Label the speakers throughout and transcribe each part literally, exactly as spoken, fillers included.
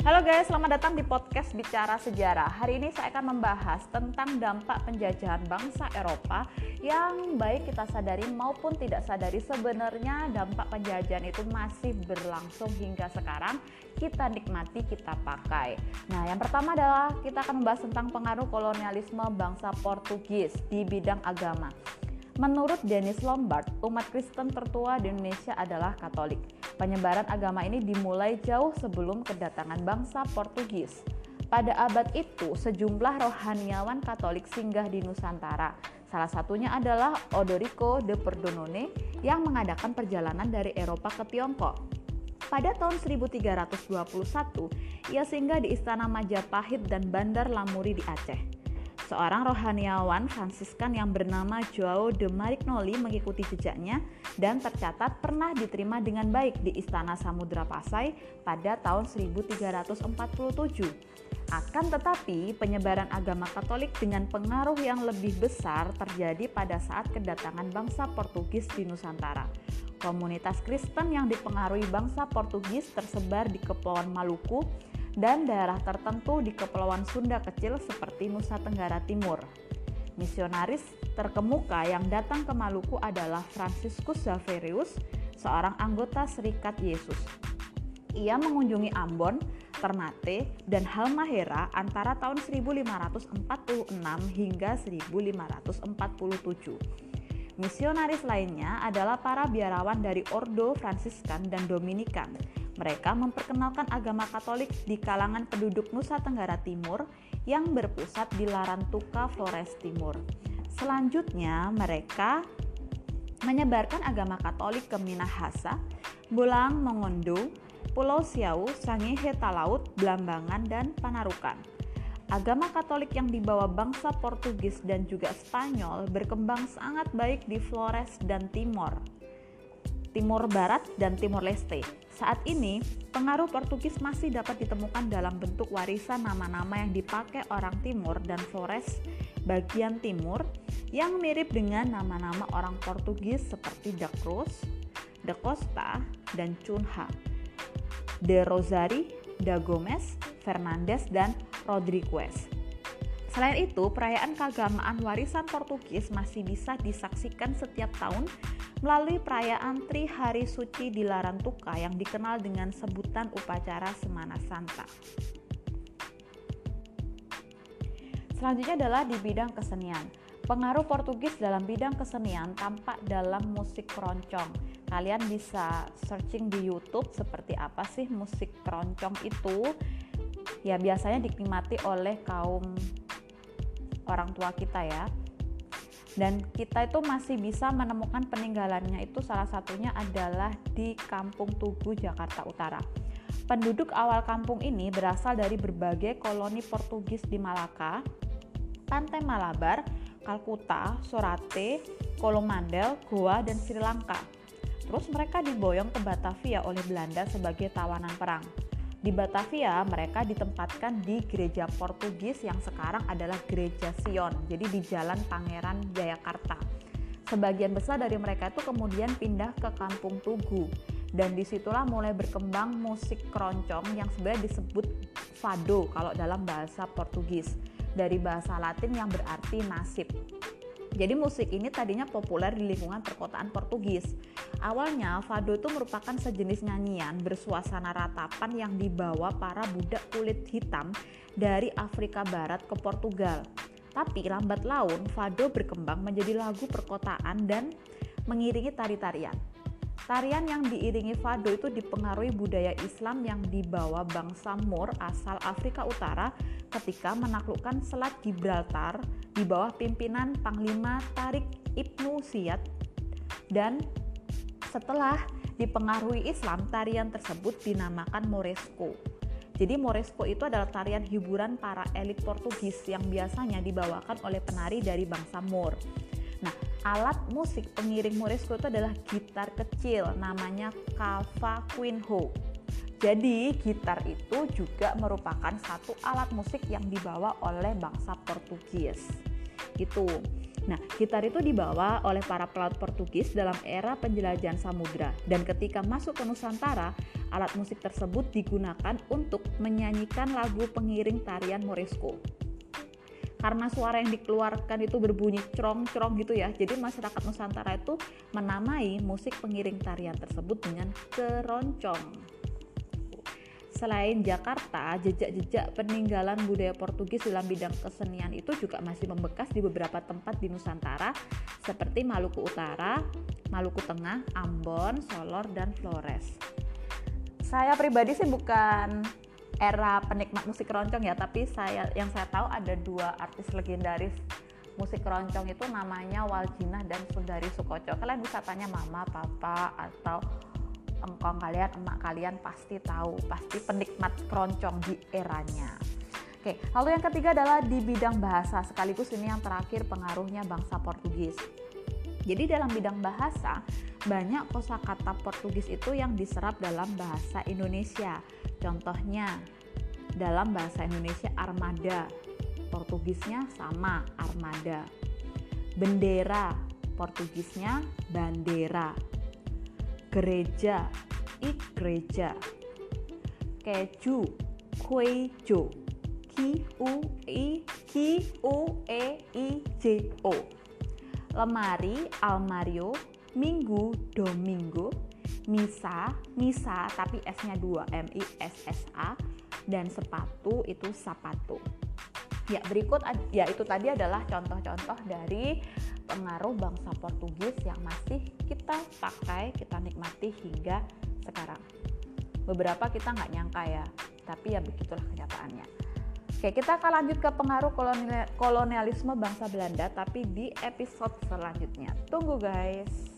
Speaker 1: Halo guys, selamat datang di podcast Bicara Sejarah. Hari ini saya akan membahas tentang dampak penjajahan bangsa Eropa yang baik kita sadari maupun tidak sadari sebenarnya dampak penjajahan itu masih berlangsung hingga sekarang. Kita nikmati, kita pakai. Nah, yang pertama adalah kita akan membahas tentang pengaruh kolonialisme bangsa Portugis di bidang agama. Menurut Dennis Lombard, umat Kristen tertua di Indonesia adalah Katolik. Penyebaran agama ini dimulai jauh sebelum kedatangan bangsa Portugis. Pada abad itu, sejumlah rohaniawan Katolik singgah di Nusantara. Salah satunya adalah Odorico de Perdonone yang mengadakan perjalanan dari Eropa ke Tiongkok. Pada tahun seribu tiga ratus dua puluh satu, ia singgah di Istana Majapahit dan Bandar Lamuri di Aceh. Seorang rohaniawan Fransiskan yang bernama João de Marignolli mengikuti jejaknya dan tercatat pernah diterima dengan baik di Istana Samudra Pasai pada tahun seribu tiga ratus empat puluh tujuh. Akan tetapi, penyebaran agama Katolik dengan pengaruh yang lebih besar terjadi pada saat kedatangan bangsa Portugis di Nusantara. Komunitas Kristen yang dipengaruhi bangsa Portugis tersebar di Kepulauan Maluku dan daerah tertentu di Kepulauan Sunda kecil seperti Nusa Tenggara Timur. Misionaris terkemuka yang datang ke Maluku adalah Franciscus Xaverius, seorang anggota Serikat Yesus. Ia mengunjungi Ambon, Ternate, dan Halmahera antara tahun seribu lima ratus empat puluh enam hingga seribu lima ratus empat puluh tujuh. Misionaris lainnya adalah para biarawan dari Ordo Fransiskan dan Dominikan. Mereka memperkenalkan agama Katolik di kalangan penduduk Nusa Tenggara Timur yang berpusat di Larantuka, Flores Timur. Selanjutnya, mereka menyebarkan agama Katolik ke Minahasa, Bulang Mongondo, Pulau Siau, Sangihe Talaut, Blambangan, dan Panarukan. Agama Katolik yang dibawa bangsa Portugis dan juga Spanyol berkembang sangat baik di Flores dan Timor, Timur Barat dan Timor Leste. Saat ini, pengaruh Portugis masih dapat ditemukan dalam bentuk warisan nama-nama yang dipakai orang Timur dan Flores bagian timur yang mirip dengan nama-nama orang Portugis seperti da Cruz, da Costa, dan Cunha, de Rosari, da Gomes, Fernandes, dan Rodrigues. Selain itu, perayaan keagamaan warisan Portugis masih bisa disaksikan setiap tahun melalui perayaan Tri Hari Suci di Larantuka yang dikenal dengan sebutan upacara Semana Santa. Selanjutnya adalah di bidang kesenian. Pengaruh Portugis dalam bidang kesenian tampak dalam musik keroncong. Kalian bisa searching di YouTube seperti apa sih musik keroncong itu. Ya, biasanya dinikmati oleh kaum orang tua kita ya. Dan kita itu masih bisa menemukan peninggalannya, itu salah satunya adalah di Kampung Tugu, Jakarta Utara. Penduduk awal kampung ini berasal dari berbagai koloni Portugis di Malaka, Pantai Malabar, Kalkuta, Sorate, Coromandel, Goa, dan Sri Lanka. Terus mereka diboyong ke Batavia oleh Belanda sebagai tawanan perang. Di Batavia, mereka ditempatkan di gereja Portugis yang sekarang adalah Gereja Sion, jadi di Jalan Pangeran Jayakarta. Sebagian besar dari mereka itu kemudian pindah ke Kampung Tugu, dan disitulah mulai berkembang musik keroncong yang sebenarnya disebut fado kalau dalam bahasa Portugis, dari bahasa Latin yang berarti nasib. Jadi musik ini tadinya populer di lingkungan perkotaan Portugis. Awalnya, fado itu merupakan sejenis nyanyian bersuasana ratapan yang dibawa para budak kulit hitam dari Afrika Barat ke Portugal. Tapi lambat laun, fado berkembang menjadi lagu perkotaan dan mengiringi tari-tarian. Tarian yang diiringi fado itu dipengaruhi budaya Islam yang dibawa bangsa Moor asal Afrika Utara ketika menaklukkan Selat Gibraltar di bawah pimpinan Panglima Tariq Ibnu Ziyad, dan setelah dipengaruhi Islam, tarian tersebut dinamakan Moresco. Jadi Moresco itu adalah tarian hiburan para elit Portugis yang biasanya dibawakan oleh penari dari bangsa Moor. Nah, alat musik pengiring Moresco itu adalah gitar kecil namanya cavaquinho. Jadi gitar itu juga merupakan satu alat musik yang dibawa oleh bangsa Portugis. Gitu. Nah, gitar itu dibawa oleh para pelaut Portugis dalam era penjelajahan samudra, dan ketika masuk ke Nusantara, Alat musik tersebut digunakan untuk menyanyikan lagu pengiring tarian Morisco. Karena suara yang dikeluarkan itu berbunyi crong-crong gitu ya, jadi masyarakat Nusantara itu menamai musik pengiring tarian tersebut dengan keroncong. Selain Jakarta, jejak-jejak peninggalan budaya Portugis dalam bidang kesenian itu juga masih membekas di beberapa tempat di Nusantara seperti Maluku Utara, Maluku Tengah, Ambon, Solor, dan Flores. Saya pribadi sih bukan era penikmat musik keroncong ya, tapi saya yang saya tahu ada dua artis legendaris musik keroncong itu namanya Waljina dan Sundari Soekotjo. Kalian bisa tanya mama, papa, atau engkong kalian, emak kalian pasti tahu, pasti penikmat keroncong di eranya. Oke, lalu yang ketiga adalah di bidang bahasa, sekaligus ini yang terakhir pengaruhnya bangsa Portugis. Jadi dalam bidang bahasa, banyak kosakata Portugis itu yang diserap dalam bahasa Indonesia. Contohnya, dalam bahasa Indonesia armada, Portugisnya sama, armada. Bendera, Portugisnya bandera. Gereja, igreja. Keju, queijo. Q U I Q U E I J O. Lemari, almario. Minggu, domingo. Misa, misa tapi S-nya dua, M I S S A, dan sepatu itu sapato. Ya, berikut ya itu tadi adalah contoh-contoh dari pengaruh bangsa Portugis yang masih kita pakai, kita nikmati hingga sekarang. Beberapa kita nggak nyangka ya, tapi ya begitulah kenyataannya. Oke, kita akan lanjut ke pengaruh kolonialisme bangsa Belanda, tapi di episode selanjutnya. Tunggu guys.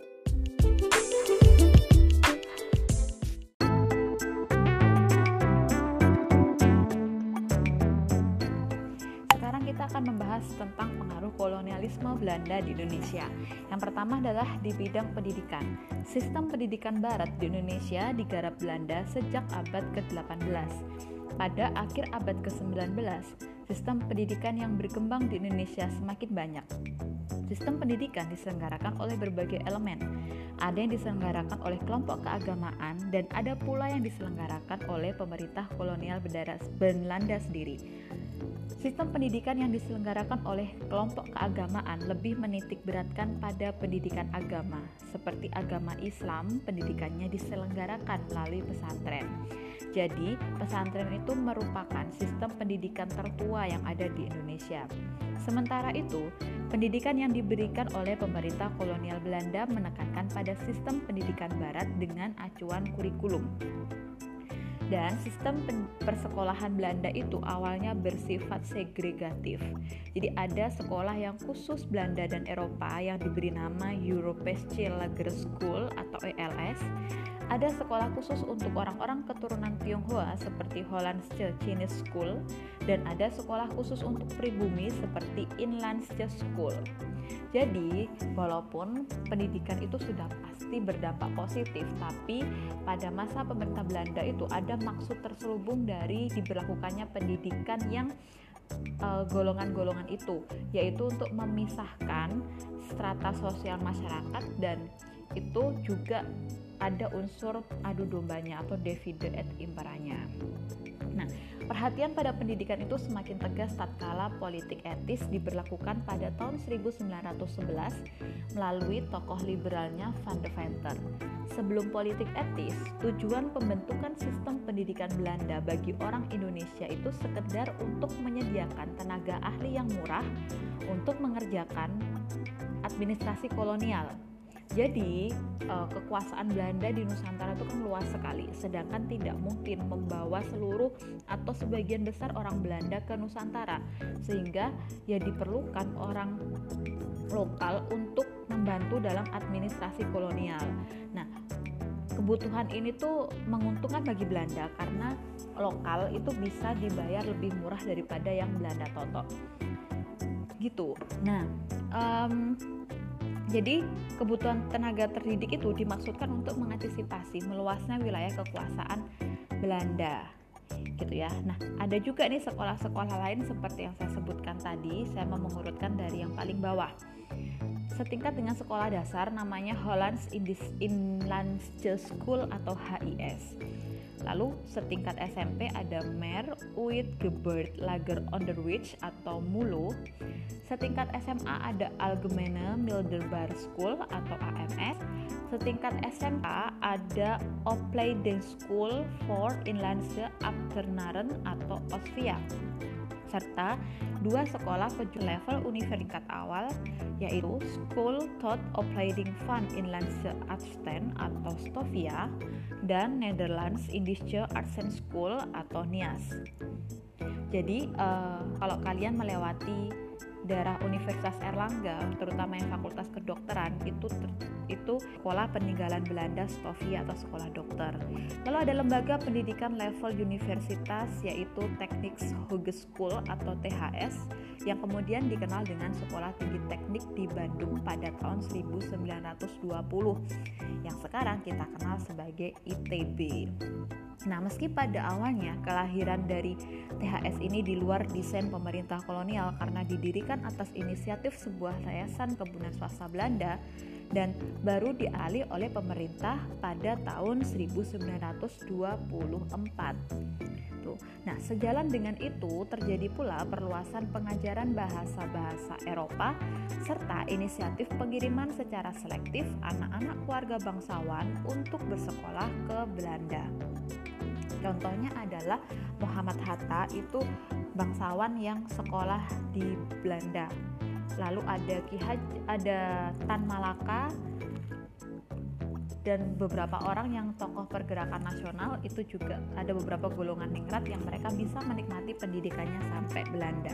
Speaker 1: Kita akan membahas tentang pengaruh kolonialisme Belanda di Indonesia. Yang pertama adalah di bidang pendidikan. Sistem pendidikan barat di Indonesia digarap Belanda sejak abad ke delapan belas. Pada akhir abad ke sembilan belas, sistem pendidikan yang berkembang di Indonesia semakin banyak. Sistem pendidikan diselenggarakan oleh berbagai elemen. Ada yang diselenggarakan oleh kelompok keagamaan dan ada pula yang diselenggarakan oleh pemerintah kolonial Belanda sendiri. Sistem pendidikan yang diselenggarakan oleh kelompok keagamaan lebih menitik beratkan pada pendidikan agama. Seperti agama Islam, pendidikannya diselenggarakan melalui pesantren. Jadi, pesantren itu merupakan sistem pendidikan tertua yang ada di Indonesia. Sementara itu, pendidikan yang diberikan oleh pemerintah kolonial Belanda menekankan pada sistem pendidikan barat dengan acuan kurikulum. Dan sistem persekolahan Belanda itu awalnya bersifat segregatif. Jadi ada sekolah yang khusus Belanda dan Eropa yang diberi nama Europese Lager School atau E L S. Ada sekolah khusus untuk orang-orang keturunan Tionghoa seperti Hollandse Chinese School, dan ada sekolah khusus untuk pribumi seperti Inlandse School. Jadi, walaupun pendidikan itu sudah pasti berdampak positif, tapi pada masa pemerintah Belanda itu ada maksud terselubung dari diberlakukannya pendidikan yang uh, golongan-golongan itu, yaitu untuk memisahkan strata sosial masyarakat, dan itu juga ada unsur adu dombanya atau divide et imperanya. Nah, perhatian pada pendidikan itu semakin tegas tatkala politik etis diberlakukan pada tahun seribu sembilan ratus sebelas melalui tokoh liberalnya Van de Venter. Sebelum politik etis, tujuan pembentukan sistem pendidikan Belanda bagi orang Indonesia itu sekedar untuk menyediakan tenaga ahli yang murah untuk mengerjakan administrasi kolonial. Jadi kekuasaan Belanda di Nusantara itu kan luas sekali, sedangkan tidak mungkin membawa seluruh atau sebagian besar orang Belanda ke Nusantara, sehingga ya diperlukan orang lokal untuk membantu dalam administrasi kolonial. Nah, kebutuhan ini tuh menguntungkan bagi Belanda karena lokal itu bisa dibayar lebih murah daripada yang Belanda toto. Gitu. Nah, um, jadi kebutuhan tenaga terdidik itu dimaksudkan untuk mengantisipasi meluasnya wilayah kekuasaan Belanda, gitu ya. Nah, ada juga nih sekolah-sekolah lain seperti yang saya sebutkan tadi. Saya mau mengurutkan dari yang paling bawah. setingkat dengan sekolah dasar namanya Hollands Inlandse School atau H I S. Lalu setingkat S M P ada Meer Uitgebeurt Lager Onderwijs atau MULO. Setingkat S M A ada Algemene Middelbare School atau A M S. Setingkat S M A ada Opleidingsschool voor Inlandse Ambtenaren atau O S V I A. Serta dua sekolah penjurusan level universitas awal, yaitu School tot Opleiding van Inlandse Artsen atau STOVIA dan Netherlands Indische Artsen School atau N I A S. Jadi uh, kalau kalian melewati daerah Universitas Erlangga, terutama yang fakultas kedokteran, itu itu sekolah peninggalan Belanda STOVIA atau sekolah dokter. Lalu ada lembaga pendidikan level universitas yaitu Technische Hogeschool atau T H S yang kemudian dikenal dengan Sekolah Tinggi Teknik di Bandung pada tahun seribu sembilan ratus dua puluh yang sekarang kita kenal sebagai I T B. Nah, meski pada awalnya kelahiran dari T H S ini di luar desain pemerintah kolonial karena didirikan atas inisiatif sebuah yayasan kebunan swasta Belanda dan baru dialih oleh pemerintah pada tahun seribu sembilan ratus dua puluh empat. Tuh. Nah, sejalan dengan itu terjadi pula perluasan pengajaran bahasa-bahasa Eropa serta inisiatif pengiriman secara selektif anak-anak keluarga bangsawan untuk bersekolah ke Belanda. Contohnya adalah Muhammad Hatta, itu bangsawan yang sekolah di Belanda. Lalu ada Ki Hajar, ada Tan Malaka dan beberapa orang yang tokoh pergerakan nasional. Itu juga ada beberapa golongan ningrat yang mereka bisa menikmati pendidikannya sampai Belanda.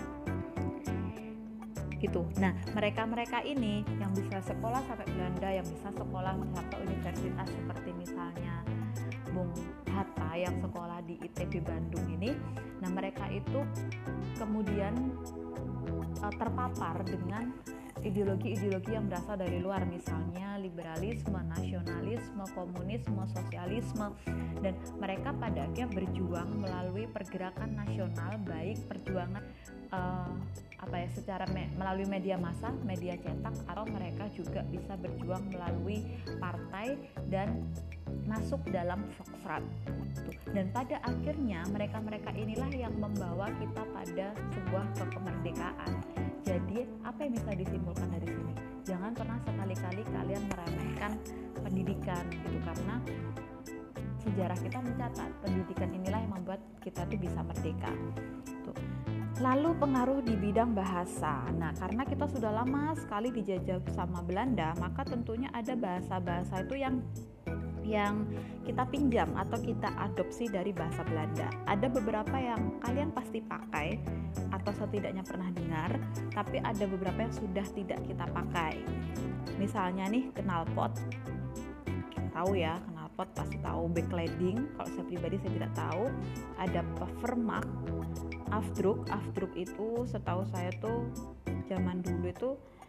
Speaker 1: Gitu. Nah, mereka-mereka ini yang bisa sekolah sampai Belanda, yang bisa sekolah sampai universitas seperti misalnya Bung Hatta yang sekolah di I T B Bandung ini, nah mereka itu kemudian uh, terpapar dengan ideologi-ideologi yang berasal dari luar, misalnya liberalisme, nasionalisme, komunisme, sosialisme, dan mereka pada akhirnya berjuang melalui pergerakan nasional, baik perjuangan uh, apa ya secara me- melalui media massa, media cetak, atau mereka juga bisa berjuang melalui partai dan masuk dalam Volksraad. Dan pada akhirnya mereka-mereka inilah yang membawa kita pada sebuah kemerdekaan. Jadi apa yang bisa disimpulkan dari sini? Jangan pernah sekali-kali kalian meremehkan pendidikan gitu, karena sejarah kita mencatat pendidikan inilah yang membuat kita tuh bisa merdeka. Tuh. Lalu pengaruh di bidang bahasa. Nah, karena kita sudah lama sekali dijajah sama Belanda, maka tentunya ada bahasa-bahasa itu yang yang kita pinjam atau kita adopsi dari bahasa Belanda. Ada beberapa yang kalian pasti pakai atau setidaknya pernah dengar, tapi ada beberapa yang sudah tidak kita pakai. Misalnya nih, knalpot. Tahu ya, knalpot pasti tahu. Bekleding, kalau saya pribadi saya tidak tahu. Ada Puffermark, Afdruk. Afdruk itu setahu saya tuh zaman dulu itu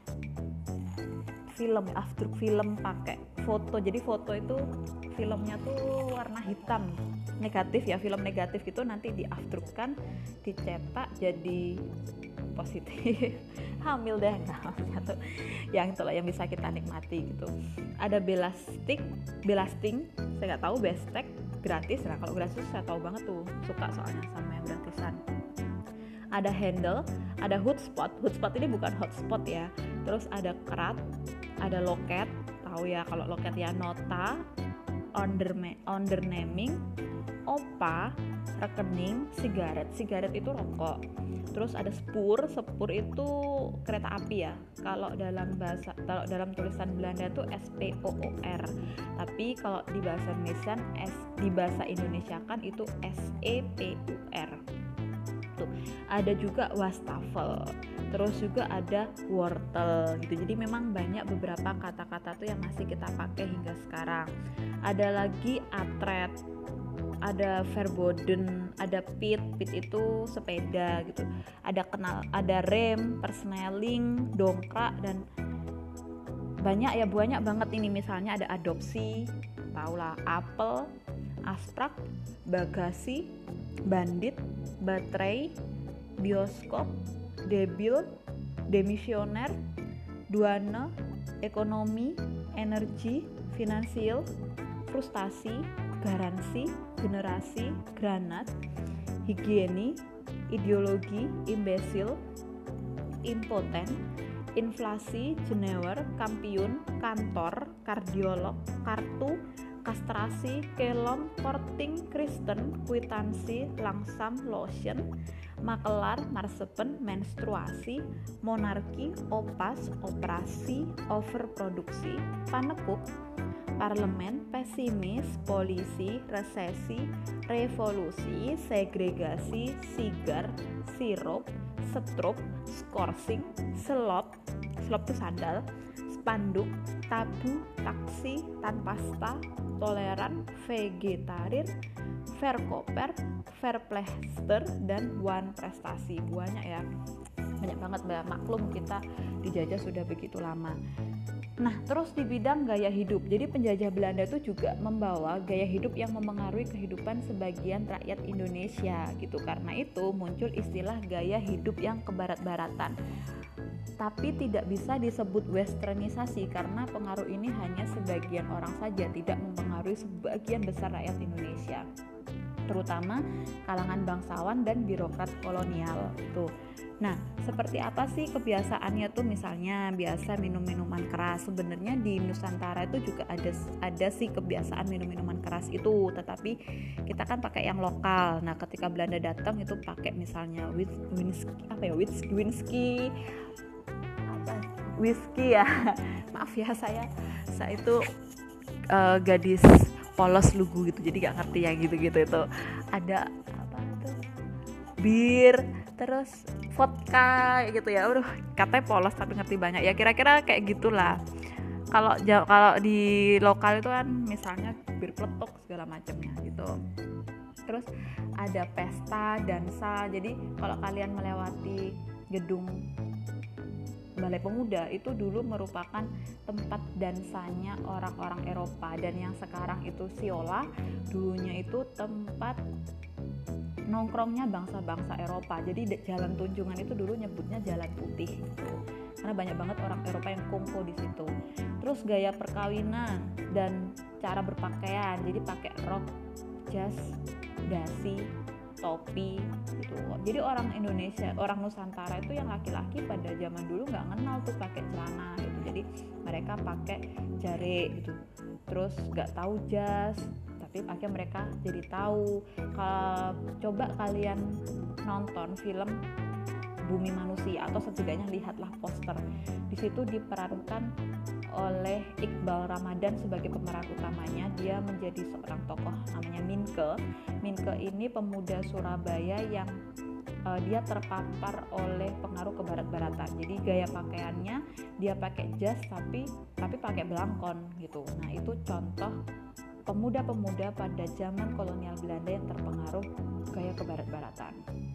Speaker 1: film, Afdruk film pakai foto. Jadi foto itu filmnya tuh warna hitam, negatif ya, film negatif gitu, nanti di afdrukkan, dicetak jadi positif. Hamil deh, nah satu yang itulah yang bisa kita nikmati gitu. Ada Belastik, Belasting, saya nggak tahu. Bestek gratis. Nah kalau gratis saya tahu banget tuh, suka soalnya sama yang gratisan. Ada Handle, ada Hotspot. Hotspot ini bukan hotspot ya. Terus ada Kerat, ada Loket, tahu ya kalau Loket ya, Nota, Ondernaming, Opa, rekening, sigaret. Sigaret itu rokok. Terus ada Spoor, Spoor itu kereta api ya. Kalau dalam bahasa kalau dalam tulisan Belanda itu S P O O R. Tapi kalau di bahasa Indonesia S di bahasa Indonesia kan itu S E P U R. Tuh. Ada juga wastafel, terus juga ada wortel gitu. Jadi memang banyak beberapa kata-kata tuh yang masih kita pakai hingga sekarang. Ada lagi atret, ada verboden, ada pit, pit itu sepeda gitu. Ada kenal, ada rem, persneling, dongkrak, dan banyak ya, banyak banget ini. Misalnya ada adopsi, tahulah, apel, asprak, bagasi, bandit, baterai, bioskop, debil, demisioner, duana, ekonomi, energi, finansial, frustasi, garansi, generasi, granat, higieni, ideologi, imbesil, impoten, inflasi, jenewer, kampiun, kantor, kardiolog, kartu, kastrasi, kelom, korting, kristen, kwitansi, langsam, lotion, makelar, marsepen, menstruasi, monarki, opas, operasi, overproduksi, panekuk, parlemen, pesimis, polisi, resesi, revolusi, segregasi, sigar, sirup, setrup, skorsing, selop, selop itu sandal, spanduk, tabu, taksi, tanpasta, toleran, vegetarir, verkoper, verpleester, dan wan prestasi. Banyak ya, banyak banget, maklum kita dijajah sudah begitu lama. Nah, terus di bidang gaya hidup, jadi penjajah Belanda itu juga membawa gaya hidup yang memengaruhi kehidupan sebagian rakyat Indonesia gitu. Karena itu muncul istilah gaya hidup yang kebarat-baratan. Tapi tidak bisa disebut westernisasi karena pengaruh ini hanya sebagian orang saja, tidak mempengaruhi sebagian besar rakyat Indonesia, terutama kalangan bangsawan dan birokrat kolonial itu. Nah, seperti apa sih kebiasaannya tuh? Misalnya biasa minum minuman keras. Sebenarnya di Nusantara itu juga ada ada sih kebiasaan minum minuman keras itu, tetapi kita kan pakai yang lokal. Nah, ketika Belanda datang itu pakai misalnya whisky, apa ya whisky, whisky apa whisky ya. Maaf ya, saya saya itu uh, gadis polos lugu gitu, jadi gak ngerti yang gitu-gitu itu. Ada apa tuh? Bir, terus vodka gitu ya. Udah, katanya polos tapi ngerti banyak. Ya kira-kira kayak gitulah. Kalau kalau di lokal itu kan misalnya bir peletok segala macamnya gitu. Terus ada pesta, dansa. Jadi kalau kalian melewati gedung Balai Pemuda itu dulu merupakan tempat dansanya orang-orang Eropa, dan yang sekarang itu Siola dulunya itu tempat nongkrongnya bangsa-bangsa Eropa. Jadi jalan Tunjungan itu dulu nyebutnya Jalan Putih gitu. Karena banyak banget orang Eropa yang kongko di situ. Terus gaya perkawinan dan cara berpakaian, jadi pakai rok, jas, dasi, topi gitu. Jadi orang Indonesia, orang Nusantara itu yang laki-laki pada zaman dulu nggak kenal tuh pakai celana gitu. Jadi mereka pakai jare gitu. Terus nggak tahu jas, tapi akhirnya mereka jadi tahu. Kalau coba kalian nonton film Bumi Manusia atau setidaknya lihatlah poster. Di situ diperankan oleh Iqbal Ramadan sebagai pemeran utamanya. Dia menjadi seorang tokoh namanya Minke. Minke ini pemuda Surabaya yang uh, dia terpapar oleh pengaruh kebarat-baratan. Jadi gaya pakaiannya dia pakai jas tapi tapi pakai belangkon gitu. Nah, itu contoh pemuda-pemuda pada zaman kolonial Belanda yang terpengaruh gaya kebarat-baratan.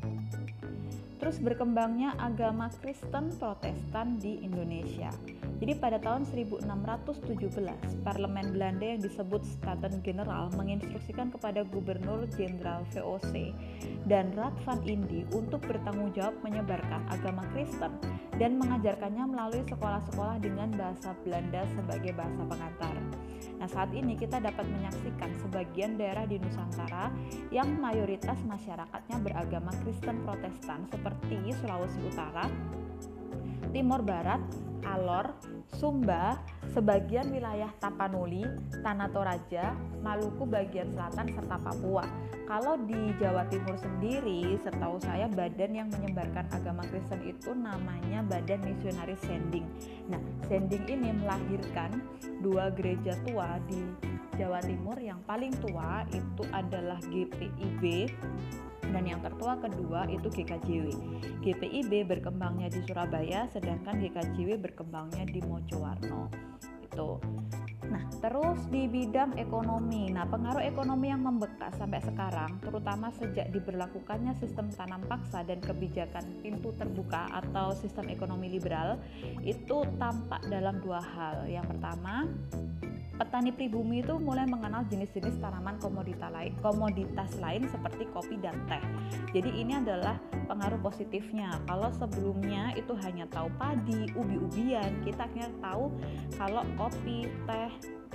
Speaker 1: Terus berkembangnya agama Kristen Protestan di Indonesia. Jadi pada tahun seribu enam ratus tujuh belas, Parlemen Belanda yang disebut Staten Generaal menginstruksikan kepada Gubernur Jenderal V O C dan Raad van Indië untuk bertanggung jawab menyebarkan agama Kristen dan mengajarkannya melalui sekolah-sekolah dengan bahasa Belanda sebagai bahasa pengantar. Nah, saat ini kita dapat menyaksikan sebagian daerah di Nusantara yang mayoritas masyarakatnya beragama Kristen Protestan seperti Sulawesi Utara, Timor Barat, Alor, Sumba, sebagian wilayah Tapanuli, Tanah Toraja, Maluku bagian selatan, serta Papua. Kalau di Jawa Timur sendiri, setahu saya badan yang menyebarkan agama Kristen itu namanya Badan Misionaris Sending. Nah, Sending ini melahirkan dua gereja tua di Jawa Timur. Yang paling tua itu adalah G P I B dan yang tertua kedua itu G K J W. G P I B berkembangnya di Surabaya, sedangkan G K J W berkembangnya di Mojowarno. Itu. Nah, terus di bidang ekonomi. Nah, pengaruh ekonomi yang membekas sampai sekarang, terutama sejak diberlakukannya sistem tanam paksa dan kebijakan pintu terbuka atau sistem ekonomi liberal, itu tampak dalam dua hal. Yang pertama, petani pribumi itu mulai mengenal jenis-jenis tanaman komoditas lain, komoditas lain seperti kopi dan teh. Jadi ini adalah pengaruh positifnya. Kalau sebelumnya itu hanya tahu padi, ubi-ubian, kita akhirnya tahu kalau kopi, teh,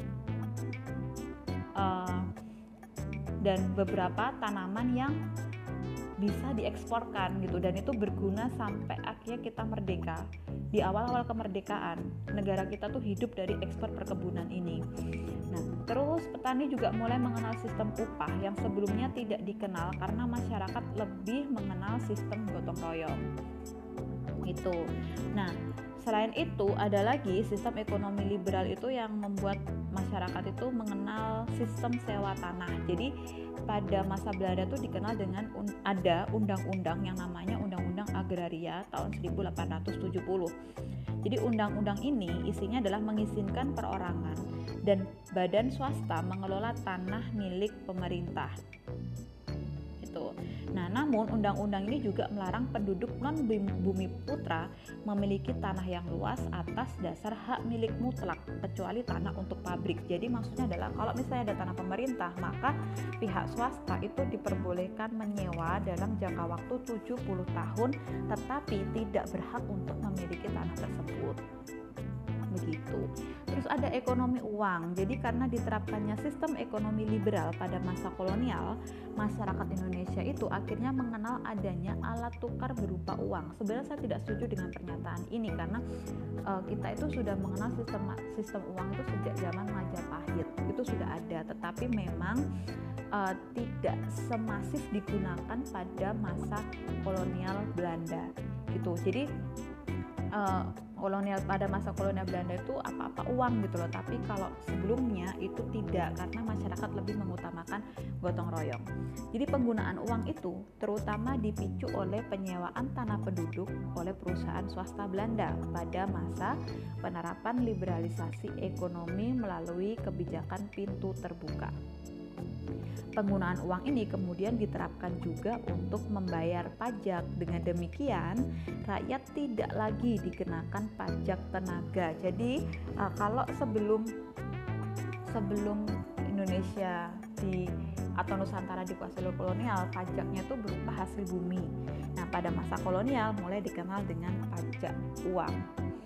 Speaker 1: uh, dan beberapa tanaman yang bisa dieksporkan gitu, dan itu berguna sampai akhirnya kita merdeka. Di awal-awal kemerdekaan, negara kita tuh hidup dari ekspor perkebunan ini. Nah, terus petani juga mulai mengenal sistem upah yang sebelumnya tidak dikenal karena masyarakat lebih mengenal sistem gotong royong. Itu. Nah, selain itu ada lagi sistem ekonomi liberal itu yang membuat masyarakat itu mengenal sistem sewa tanah. Jadi pada masa Belanda itu dikenal dengan un- ada undang-undang yang namanya Undang-Undang Agraria tahun seribu delapan ratus tujuh puluh. Jadi undang-undang ini isinya adalah mengizinkan perorangan dan badan swasta mengelola tanah milik pemerintah. Itu. Nah, namun undang-undang ini juga melarang penduduk non-bumi putra memiliki tanah yang luas atas dasar hak milik mutlak kecuali tanah untuk pabrik. Jadi maksudnya adalah kalau misalnya ada tanah pemerintah, maka pihak swasta itu diperbolehkan menyewa dalam jangka waktu tujuh puluh tahun tetapi tidak berhak untuk memiliki tanah tersebut. Begitu. Terus ada ekonomi uang. Jadi karena diterapkannya sistem ekonomi liberal pada masa kolonial, masyarakat Indonesia itu akhirnya mengenal adanya alat tukar berupa uang. Sebenarnya saya tidak setuju dengan pernyataan ini karena uh, kita itu sudah mengenal sistem sistem uang itu sejak zaman Majapahit. Itu sudah ada, tetapi memang uh, tidak semasif digunakan pada masa kolonial Belanda. Gitu. Jadi uh, kolonial pada masa kolonial Belanda itu apa-apa uang gitu loh, tapi kalau sebelumnya itu tidak karena masyarakat lebih mengutamakan gotong royong. Jadi penggunaan uang itu terutama dipicu oleh penyewaan tanah penduduk oleh perusahaan swasta Belanda pada masa penerapan liberalisasi ekonomi melalui kebijakan pintu terbuka. Penggunaan uang ini kemudian diterapkan juga untuk membayar pajak. Dengan demikian, rakyat tidak lagi dikenakan pajak tenaga. Jadi, uh, kalau sebelum sebelum Indonesia di atau Nusantara dikuasai oleh kolonial, pajaknya itu berupa hasil bumi. Nah, pada masa kolonial mulai dikenal dengan pajak uang.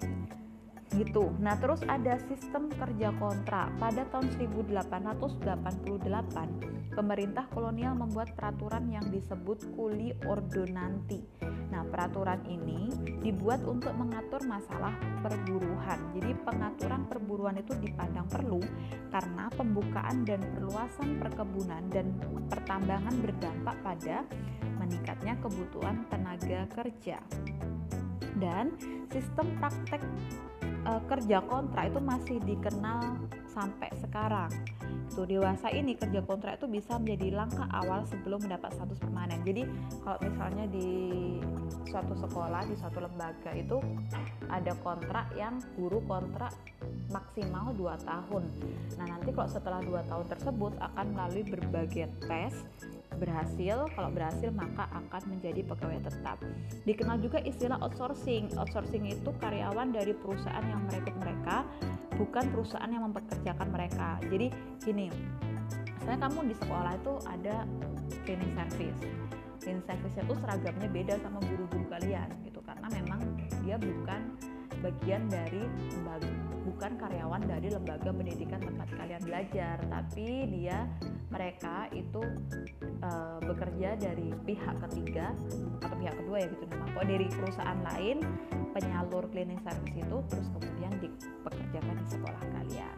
Speaker 1: Gitu. Nah, terus ada sistem kerja kontrak. Pada tahun seribu delapan ratus delapan puluh delapan, pemerintah kolonial membuat peraturan yang disebut Kuli Ordonanti. Nah, peraturan ini dibuat untuk mengatur masalah perburuhan. Jadi, pengaturan perburuan itu dipandang perlu karena pembukaan dan perluasan perkebunan dan pertambangan berdampak pada meningkatnya kebutuhan tenaga kerja. Dan sistem praktek Uh, kerja kontrak itu masih dikenal sampai sekarang. Tuh, dewasa ini kerja kontrak itu bisa menjadi langkah awal sebelum mendapat status permanen. Jadi kalau misalnya di suatu sekolah, di suatu lembaga itu ada kontrak yang guru kontrak maksimal dua tahun. Nah, nanti kalau setelah dua tahun tersebut akan melalui berbagai tes, berhasil, kalau berhasil maka akan menjadi pegawai tetap. Dikenal juga istilah outsourcing. Outsourcing itu karyawan dari perusahaan yang merekrut mereka, bukan perusahaan yang mempekerjakan mereka. Jadi gini, misalnya kamu di sekolah itu ada cleaning service. Cleaning service itu seragamnya beda sama guru-guru kalian gitu, karena memang dia bukan bagian dari lembaga, bukan karyawan dari lembaga pendidikan tempat kalian belajar, tapi dia mereka itu e, bekerja dari pihak ketiga atau pihak kedua ya gitu namanya, pokoknya dari perusahaan lain penyalur cleaning service itu, terus kemudian dipekerjakan di sekolah kalian.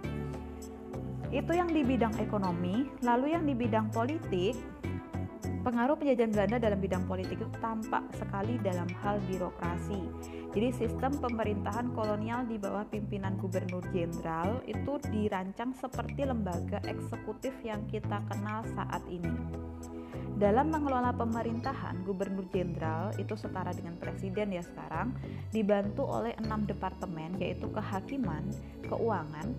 Speaker 1: Itu yang di bidang ekonomi. Lalu yang di bidang politik, pengaruh penjajahan Belanda dalam bidang politik itu tampak sekali dalam hal birokrasi. Jadi sistem pemerintahan kolonial di bawah pimpinan gubernur jenderal itu dirancang seperti lembaga eksekutif yang kita kenal saat ini. Dalam mengelola pemerintahan, gubernur jenderal itu setara dengan presiden ya sekarang, dibantu oleh enam departemen yaitu kehakiman, keuangan,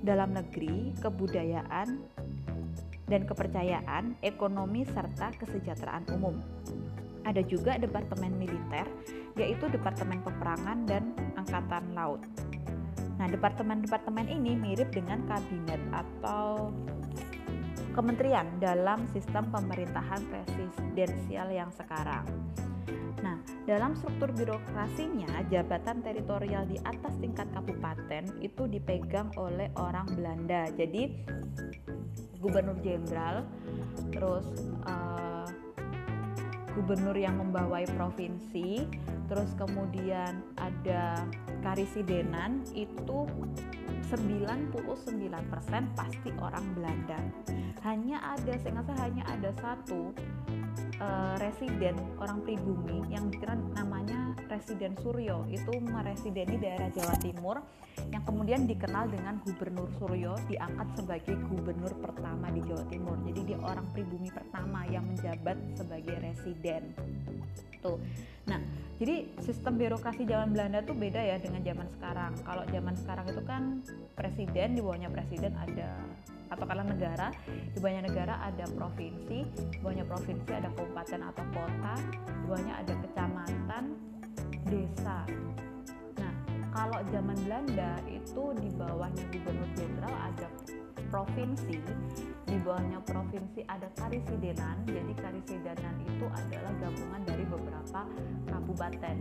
Speaker 1: dalam negeri, kebudayaan, dan kepercayaan, ekonomi, serta kesejahteraan umum. Ada juga Departemen Militer, yaitu Departemen Peperangan dan Angkatan Laut. Nah, departemen-departemen ini mirip dengan kabinet atau kementerian dalam sistem pemerintahan presidensial yang sekarang. Nah, dalam struktur birokrasinya, jabatan teritorial di atas tingkat kabupaten itu dipegang oleh orang Belanda. Jadi, gubernur jenderal, terus uh, gubernur yang membawai provinsi, terus kemudian ada karisidenan, itu sembilan puluh sembilan persen pasti orang Belanda. Hanya ada, seingat saya hanya ada satu uh, residen orang pribumi yang dikenal namanya Residen Suryo, itu meresideni daerah Jawa Timur, yang kemudian dikenal dengan Gubernur Suryo, diangkat sebagai gubernur pertama di Jawa Timur. Jadi dia orang pribumi pertama yang menjabat sebagai residen. Tuh. Nah, jadi sistem birokrasi zaman Belanda tuh beda ya dengan zaman sekarang. Kalau zaman sekarang itu kan presiden, di bawahnya presiden ada, atau kalau negara, di bawahnya negara ada provinsi, di bawahnya provinsi ada kabupaten atau kota, di bawahnya ada kecamatan, desa. Nah, kalau zaman Belanda itu di bawahnya gubernur jenderal ada provinsi, di bawahnya provinsi ada karisidenan. Jadi karisidenan itu adalah gabungan dari beberapa kabupaten.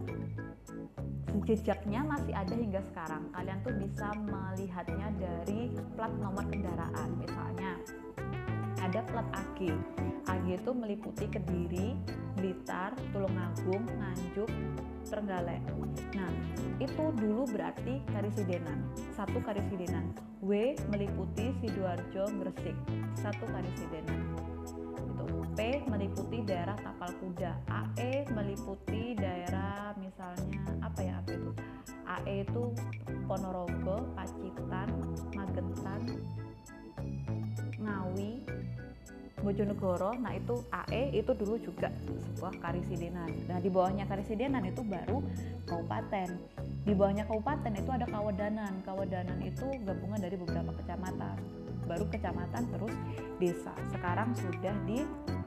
Speaker 1: Jejaknya masih ada hingga sekarang. Kalian tuh bisa melihatnya dari plat nomor kendaraan. Misalnya ada plat A G. A G itu meliputi Kediri, Blitar, Tulungagung, Nganjuk, Trenggalek. Nah, itu dulu berarti karisidenan, satu karisidenan. W meliputi Sidoarjo, Gresik, satu karisidenan. Itu. P meliputi daerah Tapal Kuda. A E meliputi daerah misalnya apa ya apa itu? A E itu Ponorogo, Pacitan, Magetan, Ngawi, Bojonegoro. Nah, itu A E itu dulu juga sebuah karisidenan. Nah, di bawahnya karisidenan itu baru kabupaten. Di bawahnya kabupaten itu ada kawedanan. Kawedanan itu gabungan dari beberapa kecamatan. Baru kecamatan, terus desa. Sekarang sudah di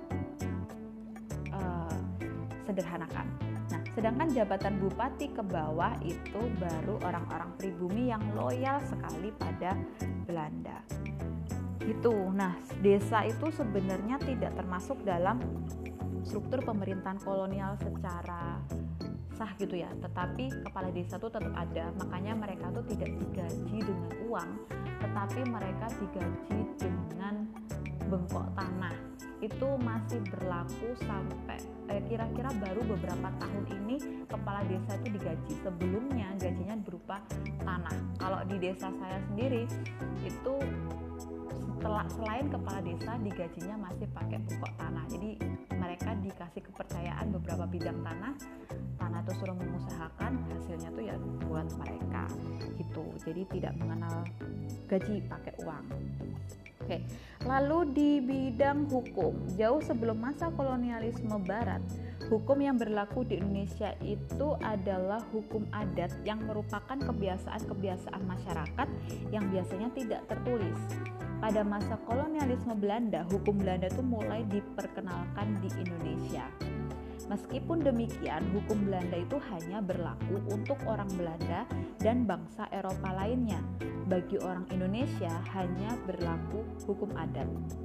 Speaker 1: uh, sederhanakan. Nah, sedangkan jabatan bupati ke bawah itu baru orang-orang pribumi yang loyal sekali pada Belanda. Itu. Nah, desa itu sebenarnya tidak termasuk dalam struktur pemerintahan kolonial secara sah gitu ya, tetapi kepala desa itu tetap ada. Makanya mereka tuh tidak digaji dengan uang, tetapi mereka digaji dengan bengkok tanah. Itu masih berlaku sampai eh, kira-kira baru beberapa tahun ini kepala desa itu digaji. Sebelumnya gajinya berupa tanah. Kalau di desa saya sendiri itu setelah selain kepala desa digajinya masih pakai pokok tanah. Jadi mereka dikasih kepercayaan beberapa bidang tanah, tanah itu suruh mengusahakan, hasilnya tuh ya buat mereka gitu. Jadi tidak mengenal gaji pakai uang. Oke, lalu di bidang hukum, jauh sebelum masa kolonialisme Barat, hukum yang berlaku di Indonesia itu adalah hukum adat yang merupakan kebiasaan-kebiasaan masyarakat yang biasanya tidak tertulis. Pada masa kolonialisme Belanda, hukum Belanda itu mulai diperkenalkan di Indonesia. Meskipun demikian, hukum Belanda itu hanya berlaku untuk orang Belanda dan bangsa Eropa lainnya. Bagi orang Indonesia hanya berlaku hukum adat.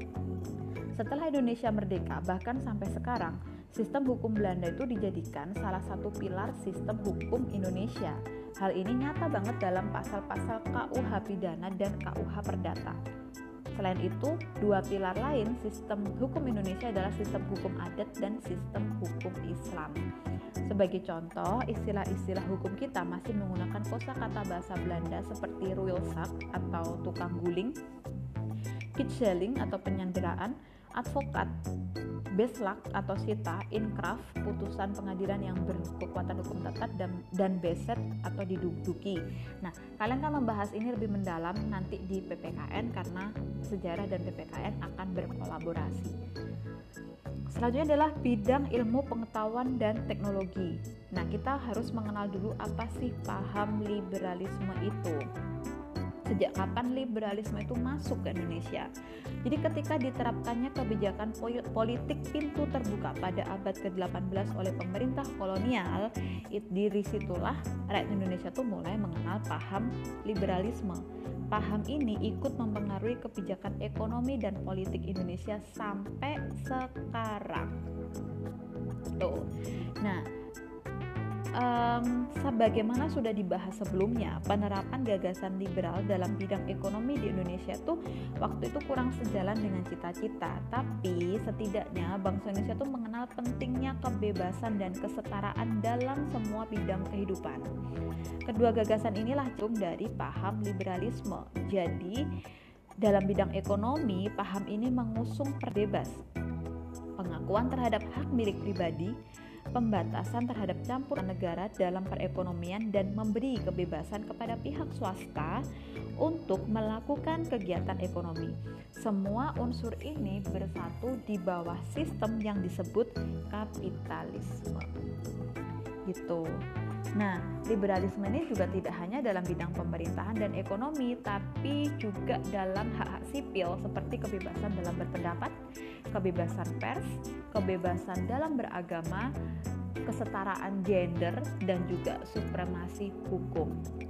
Speaker 1: Setelah Indonesia merdeka, bahkan sampai sekarang, sistem hukum Belanda itu dijadikan salah satu pilar sistem hukum Indonesia. Hal ini nyata banget dalam pasal-pasal K U H Pidana dan K U H Perdata. Selain itu, dua pilar lain sistem hukum Indonesia adalah sistem hukum adat dan sistem hukum Islam. Sebagai contoh, istilah-istilah hukum kita masih menggunakan kosakata bahasa Belanda seperti ruilzaak atau tukang guling, kitscheling atau penyanderaan, advokat, beslak atau sita, inkraf, putusan pengadilan yang berkekuatan hukum tetap, dan, dan beset atau diduduki. Nah, kalian kan membahas ini lebih mendalam nanti di P P K N karena sejarah dan P P K N akan berkolaborasi. Selanjutnya adalah bidang ilmu pengetahuan dan teknologi. Nah, kita harus mengenal dulu apa sih paham liberalisme itu. Sejak kapan liberalisme itu masuk ke Indonesia? Jadi ketika diterapkannya kebijakan politik pintu terbuka pada abad ke delapan belas oleh pemerintah kolonial, it, dari situlah rakyat Indonesia tuh mulai mengenal paham liberalisme. Paham ini ikut mempengaruhi kebijakan ekonomi dan politik Indonesia sampai sekarang. Tuh. Nah, Um, sebagaimana sudah dibahas sebelumnya, penerapan gagasan liberal dalam bidang ekonomi di Indonesia tuh waktu itu kurang sejalan dengan cita-cita, tapi setidaknya bangsa Indonesia tuh mengenal pentingnya kebebasan dan kesetaraan dalam semua bidang kehidupan. Kedua gagasan inilah cum dari paham liberalisme. Jadi dalam bidang ekonomi, paham ini mengusung perdebas, pengakuan terhadap hak milik pribadi, pembatasan terhadap campuran negara dalam perekonomian, dan memberi kebebasan kepada pihak swasta untuk melakukan kegiatan ekonomi. Semua unsur ini bersatu di bawah sistem yang disebut kapitalisme. Gitu. Nah, liberalisme ini juga tidak hanya dalam bidang pemerintahan dan ekonomi, tapi juga dalam hak-hak sipil seperti kebebasan dalam berpendapat, kebebasan pers, kebebasan dalam beragama, kesetaraan gender, dan juga supremasi hukum.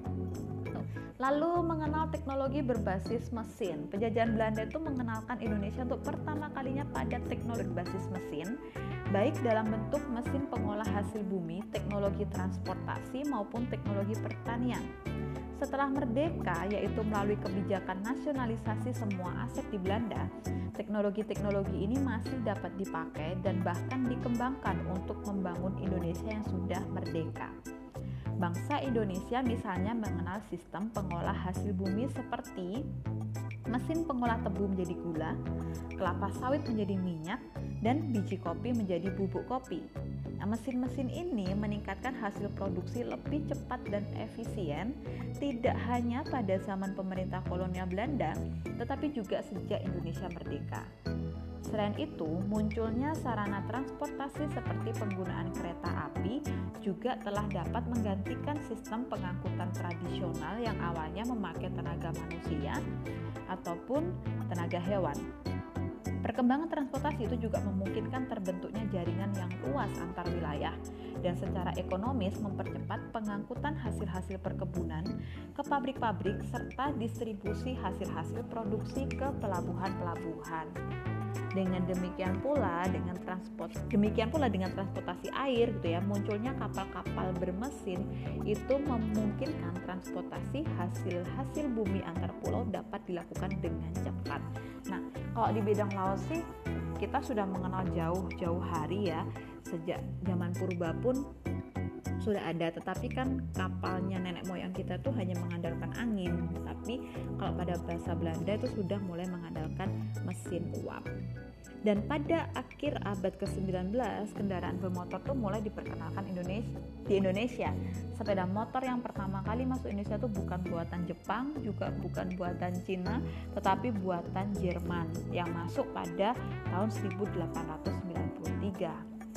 Speaker 1: Lalu mengenal teknologi berbasis mesin. Penjajahan Belanda itu mengenalkan Indonesia untuk pertama kalinya pada teknologi berbasis mesin, baik dalam bentuk mesin pengolah hasil bumi, teknologi transportasi, maupun teknologi pertanian. Setelah merdeka, yaitu melalui kebijakan nasionalisasi semua aset di Belanda, teknologi-teknologi ini masih dapat dipakai dan bahkan dikembangkan untuk membangun Indonesia yang sudah merdeka. Bangsa Indonesia misalnya mengenal sistem pengolah hasil bumi seperti mesin pengolah tebu menjadi gula, kelapa sawit menjadi minyak, dan biji kopi menjadi bubuk kopi. Nah, mesin-mesin ini meningkatkan hasil produksi lebih cepat dan efisien, tidak hanya pada zaman pemerintah kolonial Belanda, tetapi juga sejak Indonesia merdeka. Selain itu, munculnya sarana transportasi seperti penggunaan kereta api juga telah dapat menggantikan sistem pengangkutan tradisional yang awalnya memakai tenaga manusia ataupun tenaga hewan. Perkembangan transportasi itu juga memungkinkan terbentuknya jaringan yang luas antar wilayah dan secara ekonomis mempercepat pengangkutan hasil-hasil perkebunan ke pabrik-pabrik serta distribusi hasil-hasil produksi ke pelabuhan-pelabuhan. Dengan demikian pula dengan transport demikian pula dengan transportasi air gitu ya, munculnya kapal-kapal bermesin itu memungkinkan transportasi hasil-hasil bumi antar pulau dapat dilakukan dengan cepat. Nah, kalau di bidang laut sih kita sudah mengenal jauh-jauh hari ya, sejak zaman purba pun sudah ada, tetapi kan kapalnya nenek moyang kita tuh hanya mengandalkan angin, tapi kalau pada bahasa Belanda itu sudah mulai mengandalkan mesin uap. Dan pada akhir abad ke sembilan belas, kendaraan bermotor tuh mulai diperkenalkan Indonesia, di Indonesia. Sepeda motor yang pertama kali masuk Indonesia tuh bukan buatan Jepang, juga bukan buatan Cina, tetapi buatan Jerman yang masuk pada tahun seribu delapan ratus sembilan puluh tiga.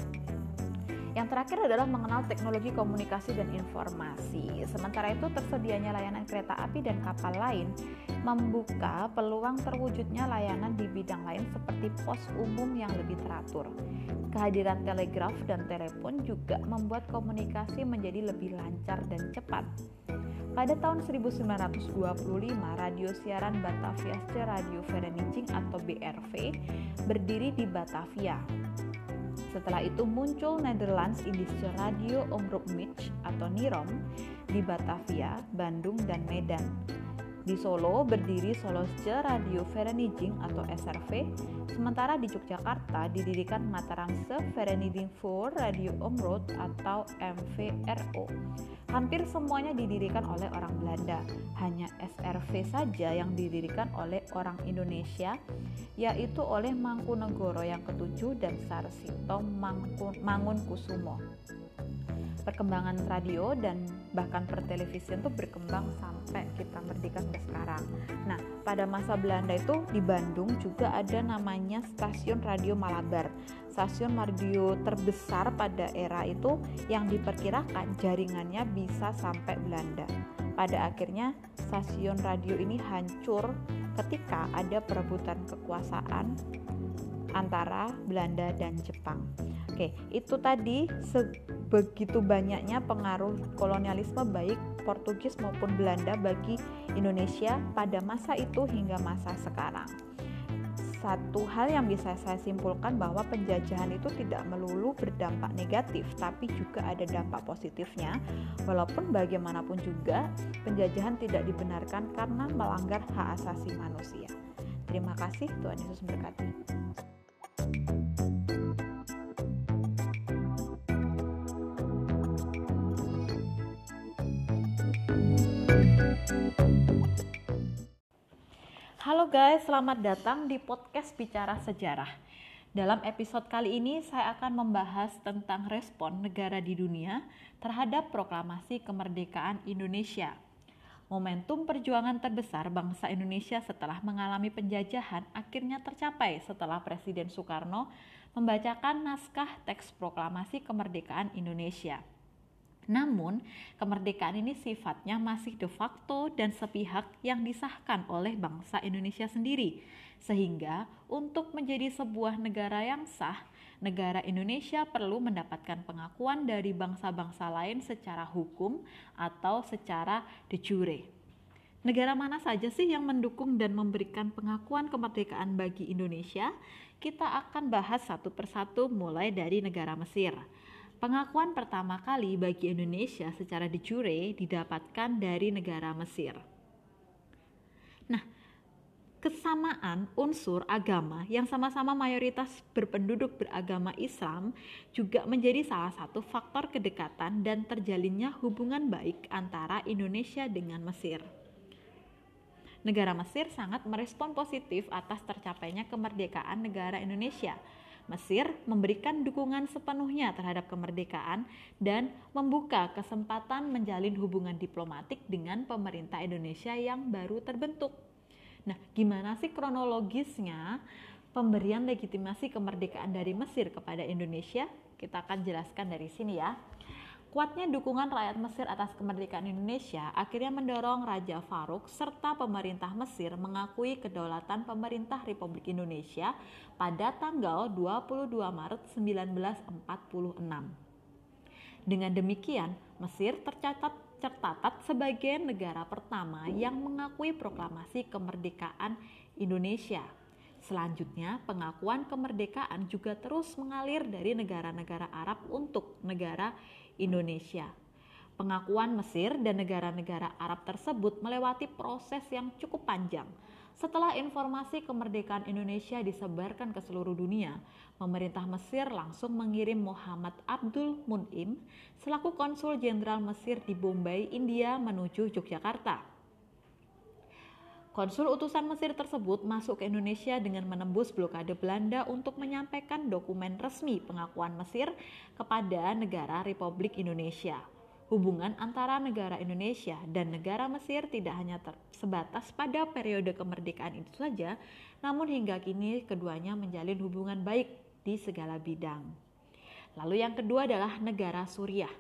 Speaker 1: Yang terakhir adalah mengenal teknologi komunikasi dan informasi. Sementara itu tersedianya layanan kereta api dan kapal lain membuka peluang terwujudnya layanan di bidang lain seperti pos umum yang lebih teratur. Kehadiran telegraf dan telepon juga membuat komunikasi menjadi lebih lancar dan cepat. Pada tahun seribu sembilan ratus dua puluh lima, radio siaran Bataviasche Radio Vereniging atau B R V berdiri di Batavia. Setelah itu muncul Netherlands Indische Radio Omroep Mitch atau NIROM di Batavia, Bandung, dan Medan. Di Solo berdiri Solosche Radio Vereniging atau S R V, sementara di Yogyakarta didirikan Mataramse Vereniging voor Radio Omroep atau M V R O. Hampir semuanya didirikan oleh orang Belanda, hanya S R V saja yang didirikan oleh orang Indonesia, yaitu oleh Mangkunegoro yang ketujuh dan Sarsito Mangunkusumo. Perkembangan radio dan bahkan pertelevisian itu berkembang sampai kita merdeka sampai sekarang. Nah, pada masa Belanda itu di Bandung juga ada namanya stasiun radio Malabar, stasiun radio terbesar pada era itu yang diperkirakan jaringannya bisa sampai Belanda. Pada akhirnya stasiun radio ini hancur ketika ada perebutan kekuasaan antara Belanda dan Jepang. Oke, itu tadi sebegitu banyaknya pengaruh kolonialisme baik Portugis maupun Belanda bagi Indonesia pada masa itu hingga masa sekarang. Satu hal yang bisa saya simpulkan bahwa penjajahan itu tidak melulu berdampak negatif, tapi juga ada dampak positifnya. Walaupun bagaimanapun juga, penjajahan tidak dibenarkan karena melanggar hak asasi manusia. Terima kasih, Tuhan Yesus memberkati. Halo guys, selamat datang di podcast Bicara Sejarah. Dalam episode kali ini saya akan membahas tentang respon negara di dunia terhadap proklamasi kemerdekaan Indonesia. Momentum perjuangan terbesar bangsa Indonesia setelah mengalami penjajahan akhirnya tercapai setelah Presiden Soekarno membacakan naskah teks proklamasi kemerdekaan Indonesia. Namun, kemerdekaan ini sifatnya masih de facto dan sepihak yang disahkan oleh bangsa Indonesia sendiri. Sehingga, untuk menjadi sebuah negara yang sah, negara Indonesia perlu mendapatkan pengakuan dari bangsa-bangsa lain secara hukum atau secara de jure. Negara mana saja sih yang mendukung dan memberikan pengakuan kemerdekaan bagi Indonesia? Kita akan bahas satu persatu mulai dari negara Mesir. Pengakuan pertama kali bagi Indonesia secara de jure didapatkan dari negara Mesir. Nah, kesamaan unsur agama yang sama-sama mayoritas berpenduduk beragama Islam juga menjadi salah satu faktor kedekatan dan terjalinnya hubungan baik antara Indonesia dengan Mesir. Negara Mesir sangat merespon positif atas tercapainya kemerdekaan negara Indonesia. Mesir memberikan dukungan sepenuhnya terhadap kemerdekaan dan membuka kesempatan menjalin hubungan diplomatik dengan pemerintah Indonesia yang baru terbentuk. Nah, gimana sih kronologisnya pemberian legitimasi kemerdekaan dari Mesir kepada Indonesia? Kita akan jelaskan dari sini ya. Kuatnya dukungan rakyat Mesir atas kemerdekaan Indonesia akhirnya mendorong Raja Farouk serta pemerintah Mesir mengakui kedaulatan pemerintah Republik Indonesia pada tanggal dua puluh dua Maret seribu sembilan ratus empat puluh enam. Dengan demikian, Mesir tercatat tercatat sebagai negara pertama yang mengakui proklamasi kemerdekaan Indonesia. Selanjutnya, pengakuan kemerdekaan juga terus mengalir dari negara-negara Arab untuk negara Indonesia. Pengakuan Mesir dan negara-negara Arab tersebut melewati proses yang cukup panjang. Setelah informasi kemerdekaan Indonesia disebarkan ke seluruh dunia, pemerintah Mesir langsung mengirim Muhammad Abdul Mun'im selaku konsul jenderal Mesir di Bombay, India menuju Yogyakarta. Konsul utusan Mesir tersebut masuk ke Indonesia dengan menembus blokade Belanda untuk menyampaikan dokumen resmi pengakuan Mesir kepada negara Republik Indonesia. Hubungan antara negara Indonesia dan negara Mesir tidak hanya ter- sebatas pada periode kemerdekaan itu saja, namun hingga kini keduanya menjalin hubungan baik di segala bidang. Lalu yang kedua adalah negara Suriah.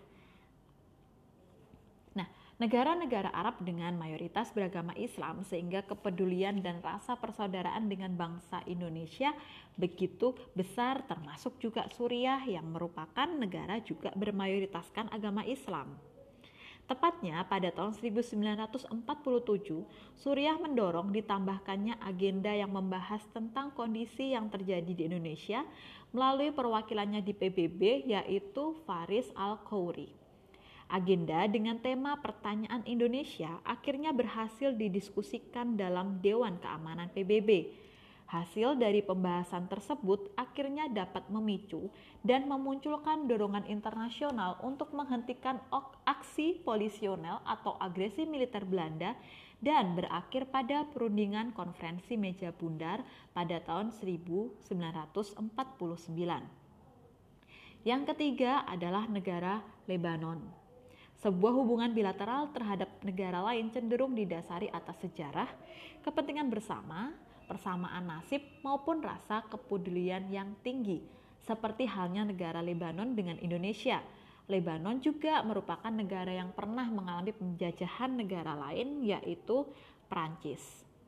Speaker 1: Negara-negara Arab dengan mayoritas beragama Islam sehingga kepedulian dan rasa persaudaraan dengan bangsa Indonesia begitu besar, termasuk juga Suriah yang merupakan negara juga bermayoritaskan agama Islam. Tepatnya pada tahun seribu sembilan ratus empat puluh tujuh, Suriah mendorong ditambahkannya agenda yang membahas tentang kondisi yang terjadi di Indonesia melalui perwakilannya di P B B, yaitu Faris Al-Khoury. Agenda dengan tema pertanyaan Indonesia akhirnya berhasil didiskusikan dalam Dewan Keamanan P B B. Hasil dari pembahasan tersebut akhirnya dapat memicu dan memunculkan dorongan internasional untuk menghentikan aksi polisional atau agresi militer Belanda dan berakhir pada perundingan Konferensi Meja Bundar pada tahun seribu sembilan ratus empat puluh sembilan. Yang ketiga adalah negara Lebanon. Sebuah hubungan bilateral terhadap negara lain cenderung didasari atas sejarah, kepentingan bersama, persamaan nasib maupun rasa kepedulian yang tinggi, seperti halnya negara Lebanon dengan Indonesia. Lebanon juga merupakan negara yang pernah mengalami penjajahan negara lain, yaitu Prancis.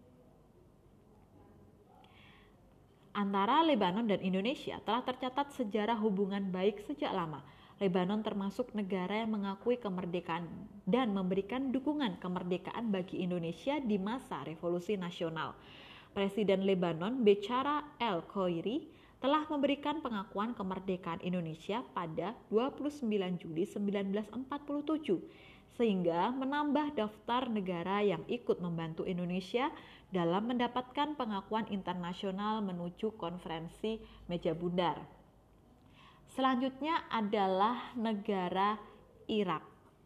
Speaker 1: Antara Lebanon dan Indonesia telah tercatat sejarah hubungan baik sejak lama. Lebanon termasuk negara yang mengakui kemerdekaan dan memberikan dukungan kemerdekaan bagi Indonesia di masa revolusi nasional. Presiden Lebanon Bechara El-Khoiri telah memberikan pengakuan kemerdekaan Indonesia pada dua puluh sembilan Juli seribu sembilan ratus empat puluh tujuh, sehingga menambah daftar negara yang ikut membantu Indonesia dalam mendapatkan pengakuan internasional menuju konferensi meja bundar. Selanjutnya adalah negara Irak.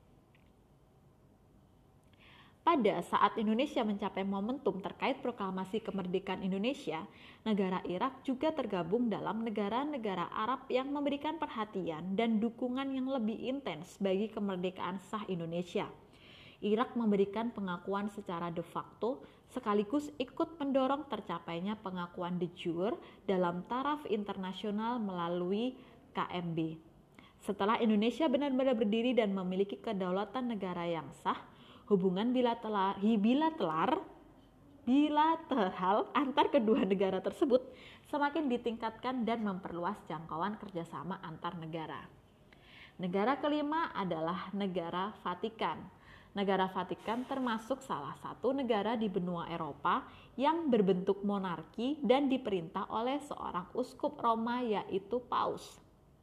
Speaker 1: Pada saat Indonesia mencapai momentum terkait proklamasi kemerdekaan Indonesia, negara Irak juga tergabung dalam negara-negara Arab yang memberikan perhatian dan dukungan yang lebih intens bagi kemerdekaan sah Indonesia. Irak memberikan pengakuan secara de facto sekaligus ikut mendorong tercapainya pengakuan de jure dalam taraf internasional melalui K M B. Setelah Indonesia benar-benar berdiri dan memiliki kedaulatan negara yang sah, hubungan bilateral, bilateral, bilateral antar kedua negara tersebut semakin ditingkatkan dan memperluas jangkauan kerjasama antar negara. Negara kelima adalah negara Vatikan. Negara Vatikan termasuk salah satu negara di benua Eropa yang berbentuk monarki dan diperintah oleh seorang uskup Roma, yaitu Paus.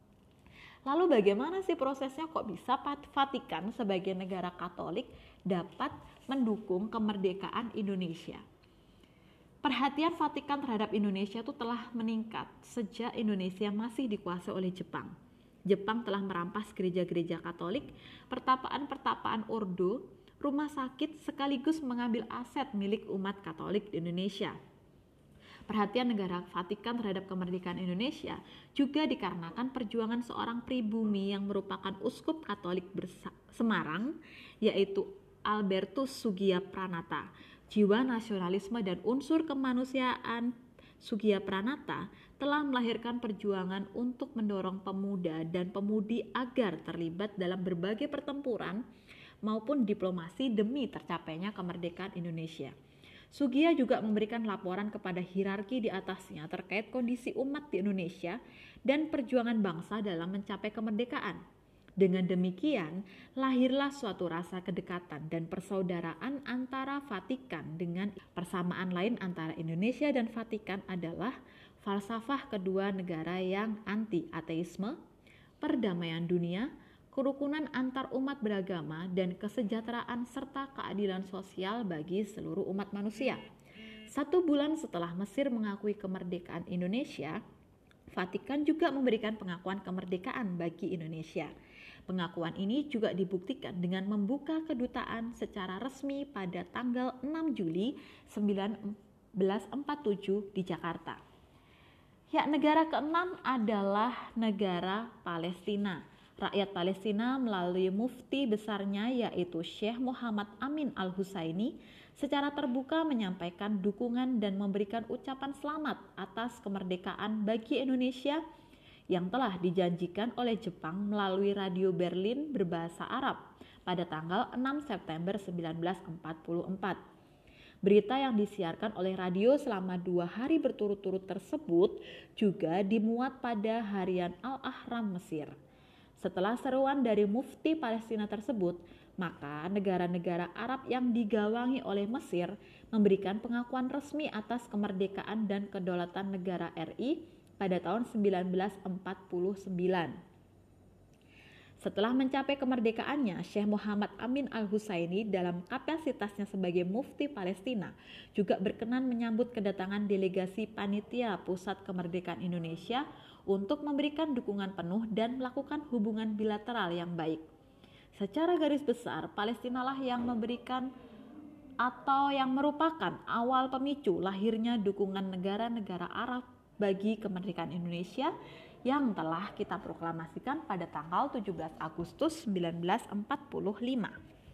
Speaker 1: Lalu bagaimana sih prosesnya kok bisa Vatikan sebagai negara Katolik dapat mendukung kemerdekaan Indonesia? Perhatian Vatikan terhadap Indonesia itu telah meningkat sejak Indonesia masih dikuasai oleh Jepang. Jepang telah merampas gereja-gereja Katolik, pertapaan-pertapaan ordo, rumah sakit, sekaligus mengambil aset milik umat Katolik di Indonesia. Perhatian negara Vatikan terhadap kemerdekaan Indonesia juga dikarenakan perjuangan seorang pribumi yang merupakan uskup Katolik Semarang, yaitu Albertus Sugiyapranata. Jiwa nasionalisme dan unsur kemanusiaan Sugiyapranata telah melahirkan perjuangan untuk mendorong pemuda dan pemudi agar terlibat dalam berbagai pertempuran maupun diplomasi demi tercapainya kemerdekaan Indonesia. Sugiya juga memberikan laporan kepada hierarki di atasnya terkait kondisi umat di Indonesia dan perjuangan bangsa dalam mencapai kemerdekaan. Dengan demikian, lahirlah suatu rasa kedekatan dan persaudaraan antara Vatikan dengan persamaan lain antara Indonesia dan Vatikan adalah falsafah kedua negara yang anti-ateisme, perdamaian dunia, kerukunan antar umat beragama, dan kesejahteraan serta keadilan sosial bagi seluruh umat manusia. Satu bulan setelah Mesir mengakui kemerdekaan Indonesia, Vatikan juga memberikan pengakuan kemerdekaan bagi Indonesia. Pengakuan ini juga dibuktikan dengan membuka kedutaan secara resmi pada tanggal enam Juli seribu sembilan ratus empat puluh tujuh di Jakarta. Ya, negara keenam adalah negara Palestina. Rakyat Palestina melalui mufti besarnya yaitu Syekh Muhammad Amin Al-Husaini secara terbuka menyampaikan dukungan dan memberikan ucapan selamat atas kemerdekaan bagi Indonesia yang telah dijanjikan oleh Jepang melalui radio Berlin berbahasa Arab pada tanggal enam September seribu sembilan ratus empat puluh empat. Berita yang disiarkan oleh radio selama dua hari berturut-turut tersebut juga dimuat pada harian Al-Ahram Mesir. Setelah seruan dari mufti Palestina tersebut, maka negara-negara Arab yang digawangi oleh Mesir memberikan pengakuan resmi atas kemerdekaan dan kedaulatan negara R I pada tahun seribu sembilan ratus empat puluh sembilan. Setelah mencapai kemerdekaannya, Syekh Muhammad Amin Al-Husaini dalam kapasitasnya sebagai mufti Palestina juga berkenan menyambut kedatangan delegasi Panitia Pusat Kemerdekaan Indonesia untuk memberikan dukungan penuh dan melakukan hubungan bilateral yang baik. Secara garis besar, Palestina lah yang memberikan atau yang merupakan awal pemicu lahirnya dukungan negara-negara Arab bagi kemerdekaan Indonesia yang telah kita proklamasikan pada tanggal tujuh belas Agustus seribu sembilan ratus empat puluh lima.